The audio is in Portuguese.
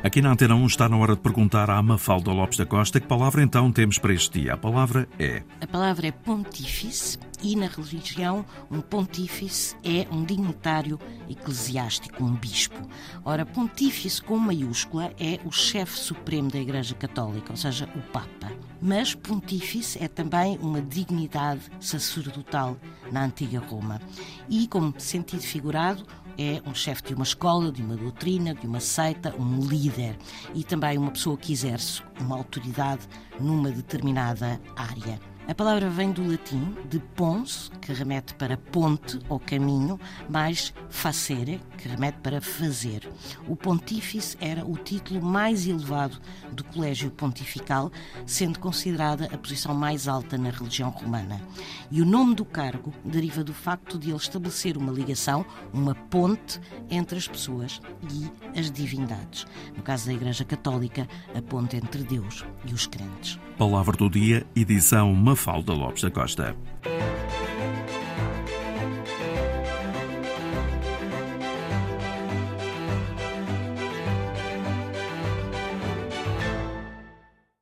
Aqui na Antena 1 está na hora de perguntar à Mafalda Lopes da Costa que palavra então temos para este dia. A palavra é... A palavra é pontífice e na religião um pontífice é um dignitário eclesiástico, um bispo. Ora, pontífice com maiúscula é o chefe supremo da Igreja Católica, ou seja, o Papa. Mas pontífice é também uma dignidade sacerdotal na antiga Roma. E, como sentido figurado, é um chefe de uma escola, de uma doutrina, de uma seita, um líder e também uma pessoa que exerce uma autoridade numa determinada área. A palavra vem do latim, de pons, que remete para ponte ou caminho, mais facere, que remete para fazer. O pontífice era o título mais elevado do colégio pontifical, sendo considerada a posição mais alta na religião romana. E o nome do cargo deriva do facto de ele estabelecer uma ligação, uma ponte entre as pessoas e as divindades. No caso da Igreja Católica, a ponte entre Deus e os crentes. Palavra do dia, edição Mafalda Lopes da Costa.